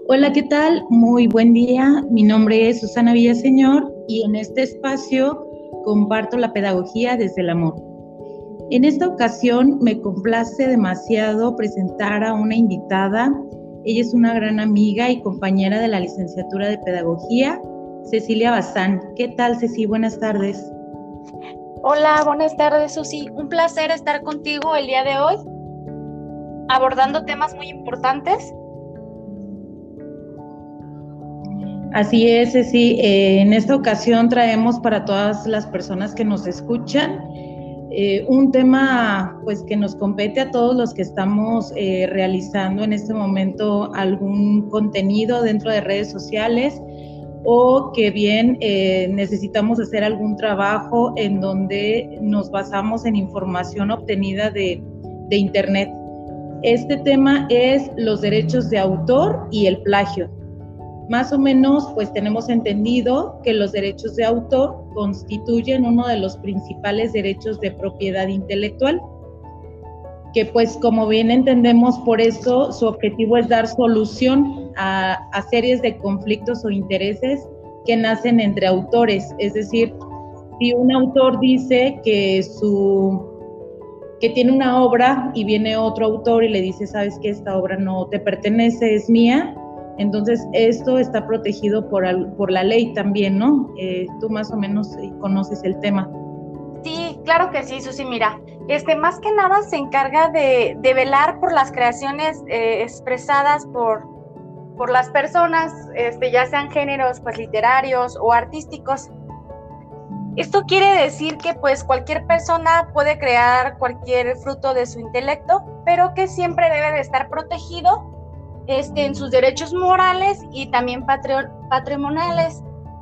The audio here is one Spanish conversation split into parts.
Hola, ¿qué tal? Muy buen día. Mi nombre es Susana Villaseñor y en este espacio comparto la pedagogía desde el amor. En esta ocasión me complace demasiado presentar a una invitada. Ella es una gran amiga y compañera de la licenciatura de Pedagogía, Cecilia Bazán. ¿Qué tal, Ceci? Buenas tardes. Hola, buenas tardes, Susi. Un placer estar contigo el día de hoy, abordando temas muy importantes. Así es, Ceci. En esta ocasión traemos para todas las personas que nos escuchan un tema pues que nos compete a todos los que estamos realizando en este momento algún contenido dentro de redes sociales o que bien necesitamos hacer algún trabajo en donde nos basamos en información obtenida de Internet. Este tema es los derechos de autor y el plagio. Más o menos, pues tenemos entendido que los derechos de autor constituyen uno de los principales derechos de propiedad intelectual, que pues como bien entendemos por eso, su objetivo es dar solución a series de conflictos o intereses que nacen entre autores. Es decir, si un autor dice que tiene una obra y viene otro autor y le dice, sabes que esta obra no te pertenece, es mía, entonces esto está protegido por la ley también, ¿no? Tú más o menos conoces el tema. Sí, claro que sí, Susi. Mira, más que nada se encarga de velar por las creaciones expresadas por las personas, ya sean géneros pues literarios o artísticos. Esto quiere decir que pues cualquier persona puede crear cualquier fruto de su intelecto, pero que siempre debe de estar protegido en sus derechos morales y también patrimoniales.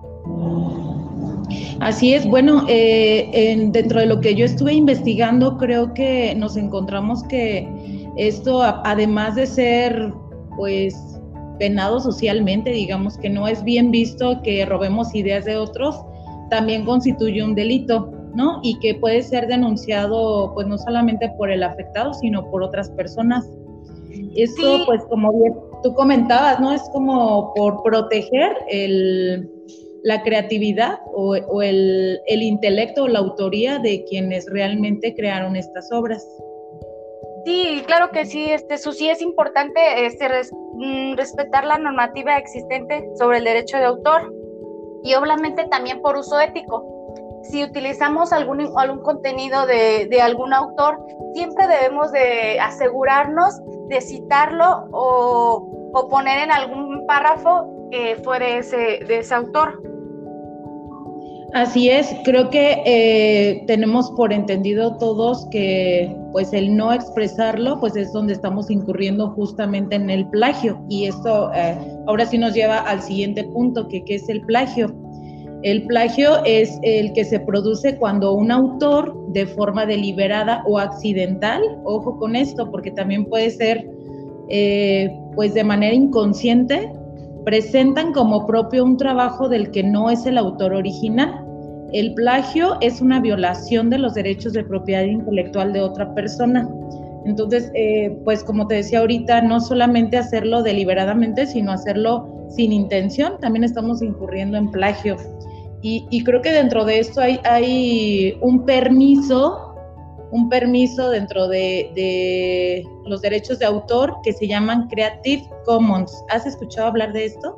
Así es, bueno, dentro de lo que yo estuve investigando, creo que nos encontramos que esto, además de ser, pues, penado socialmente, digamos que no es bien visto que robemos ideas de otros, también constituye un delito, ¿no? Y que puede ser denunciado, pues, no solamente por el afectado, sino por otras personas. Esto, Sí, pues, como bien tú comentabas, ¿no? Es como por proteger la creatividad o el intelecto o la autoría de quienes realmente crearon estas obras. sí, claro que sí, Susi, es importante respetar la normativa existente sobre el derecho de autor y obviamente también por uso ético. Si utilizamos algún contenido de algún autor, siempre debemos de asegurarnos de citarlo o poner en algún párrafo que fue de ese autor. Así es, creo que tenemos por entendido todos que pues el no expresarlo pues es donde estamos incurriendo justamente en el plagio y esto ahora sí nos lleva al siguiente punto que es el plagio. El plagio es el que se produce cuando un autor de forma deliberada o accidental, ojo con esto porque también puede ser pues de manera inconsciente, presentan como propio un trabajo del que no es el autor original. El plagio es una violación de los derechos de propiedad intelectual de otra persona. Entonces, pues como te decía ahorita, no solamente hacerlo deliberadamente, sino hacerlo sin intención, también estamos incurriendo en plagio. Y creo que dentro de esto hay un permiso dentro de los derechos de autor que se llaman Creative Commons. ¿Has escuchado hablar de esto?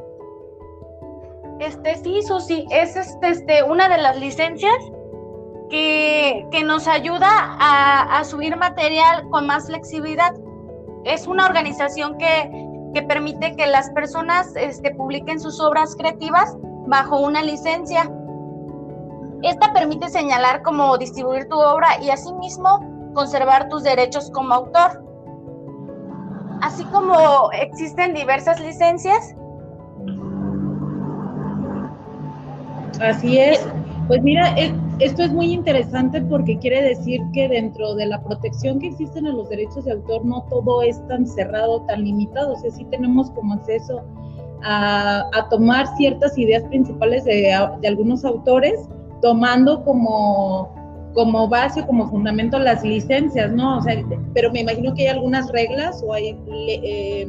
Sí, Susi, es una de las licencias que nos ayuda a subir material con más flexibilidad. Es una organización que permite que las personas publiquen sus obras creativas bajo una licencia. Esta permite señalar cómo distribuir tu obra y asimismo conservar tus derechos como autor. Así como existen diversas licencias. Así es. Pues mira, esto es muy interesante porque quiere decir que dentro de la protección que existen en los derechos de autor no todo es tan cerrado, tan limitado. O sea, sí tenemos como acceso a tomar ciertas ideas principales de algunos autores, tomando como base, como fundamento las licencias, ¿no? O sea, pero me imagino que hay algunas reglas o hay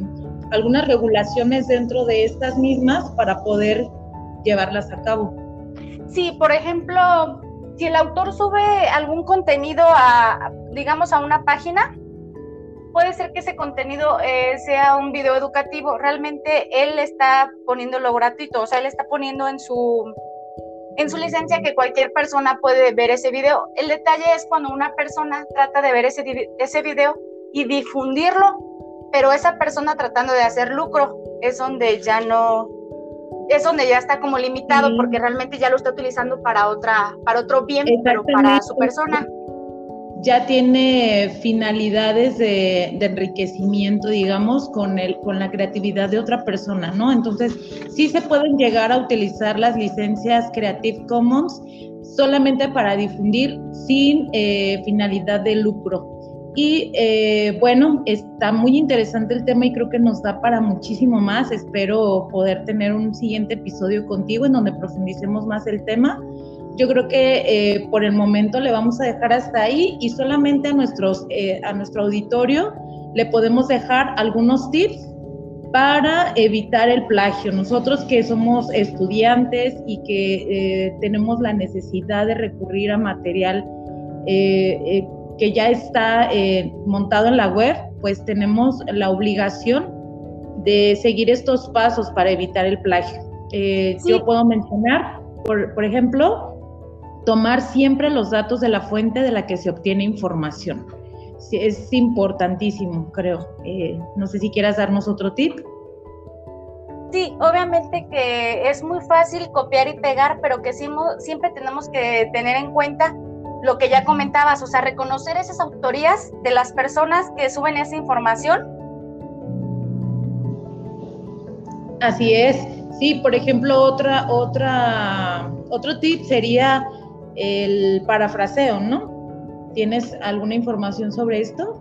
algunas regulaciones dentro de estas mismas para poder llevarlas a cabo. Sí, por ejemplo, si el autor sube algún contenido digamos, a una página, puede ser que ese contenido sea un video educativo. Realmente él está poniéndolo gratuito, o sea, él está poniendo en su licencia que cualquier persona puede ver ese video. El detalle es cuando una persona trata de ver ese video y difundirlo, pero esa persona tratando de hacer lucro, es donde ya está como limitado, porque realmente ya lo está utilizando para otro bien, pero para su persona. Ya tiene finalidades de enriquecimiento, digamos, con la creatividad de otra persona, ¿no? Entonces, sí se pueden llegar a utilizar las licencias Creative Commons solamente para difundir sin finalidad de lucro. Y bueno, está muy interesante el tema y creo que nos da para muchísimo más. Espero poder tener un siguiente episodio contigo en donde profundicemos más el tema. Yo creo que por el momento le vamos a dejar hasta ahí y solamente a nuestro auditorio le podemos dejar algunos tips para evitar el plagio. Nosotros que somos estudiantes y que tenemos la necesidad de recurrir a material que ya está montado en la web, pues tenemos la obligación de seguir estos pasos para evitar el plagio. Sí. Yo puedo mencionar, por ejemplo, tomar siempre los datos de la fuente de la que se obtiene información. Sí, es importantísimo, creo. No sé si quieras darnos otro tip. Sí, obviamente que es muy fácil copiar y pegar, pero que siempre tenemos que tener en cuenta lo que ya comentabas, o sea, reconocer esas autorías de las personas que suben esa información. Así es. Sí, por ejemplo, otro tip sería el parafraseo, ¿no? ¿Tienes alguna información sobre esto?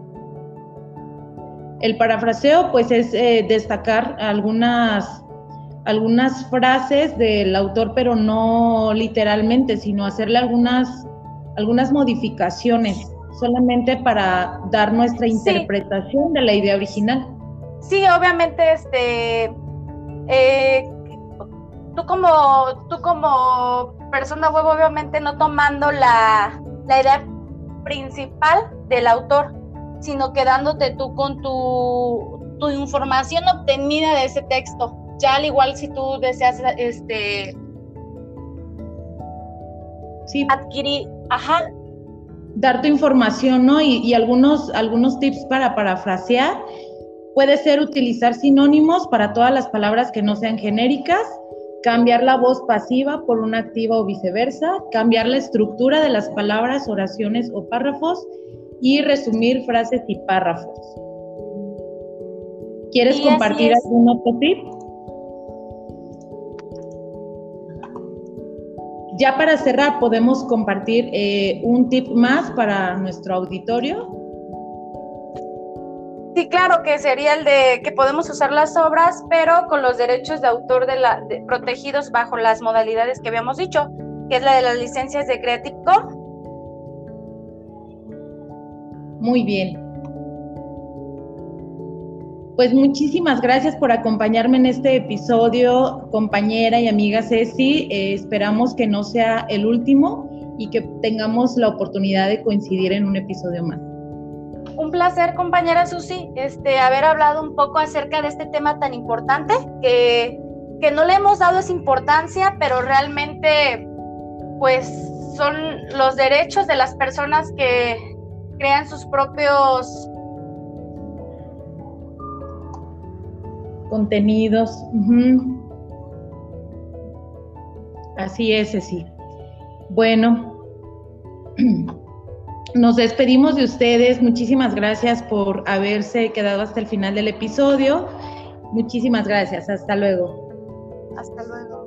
El parafraseo, pues, es destacar algunas frases del autor, pero no literalmente, sino hacerle algunas modificaciones, solamente para dar nuestra interpretación de la idea original. Sí, obviamente, tú como persona web, obviamente no tomando la idea principal del autor, sino quedándote tú con tu información obtenida de ese texto. Ya al igual si tú deseas sí, adquirir, dar tu información, ¿no? Y algunos tips para parafrasear. Puede ser utilizar sinónimos para todas las palabras que no sean genéricas, cambiar la voz pasiva por una activa o viceversa, cambiar la estructura de las palabras, oraciones o párrafos y resumir frases y párrafos. ¿Quieres compartir algún otro tip? Ya para cerrar, ¿podemos compartir un tip más para nuestro auditorio? Sí, claro, que sería el de que podemos usar las obras, pero con los derechos de autor protegidos bajo las modalidades que habíamos dicho, que es la de las licencias de Creative Commons. Muy bien. Pues muchísimas gracias por acompañarme en este episodio, compañera y amiga Ceci. Esperamos que no sea el último y que tengamos la oportunidad de coincidir en un episodio más. Un placer, compañera Susi, haber hablado un poco acerca de este tema tan importante, que no le hemos dado esa importancia, pero realmente, pues, son los derechos de las personas que crean sus propios contenidos. Uh-huh. Así es, Ceci. Bueno, nos despedimos de ustedes. Muchísimas gracias por haberse quedado hasta el final del episodio. Muchísimas gracias. Hasta luego. Hasta luego.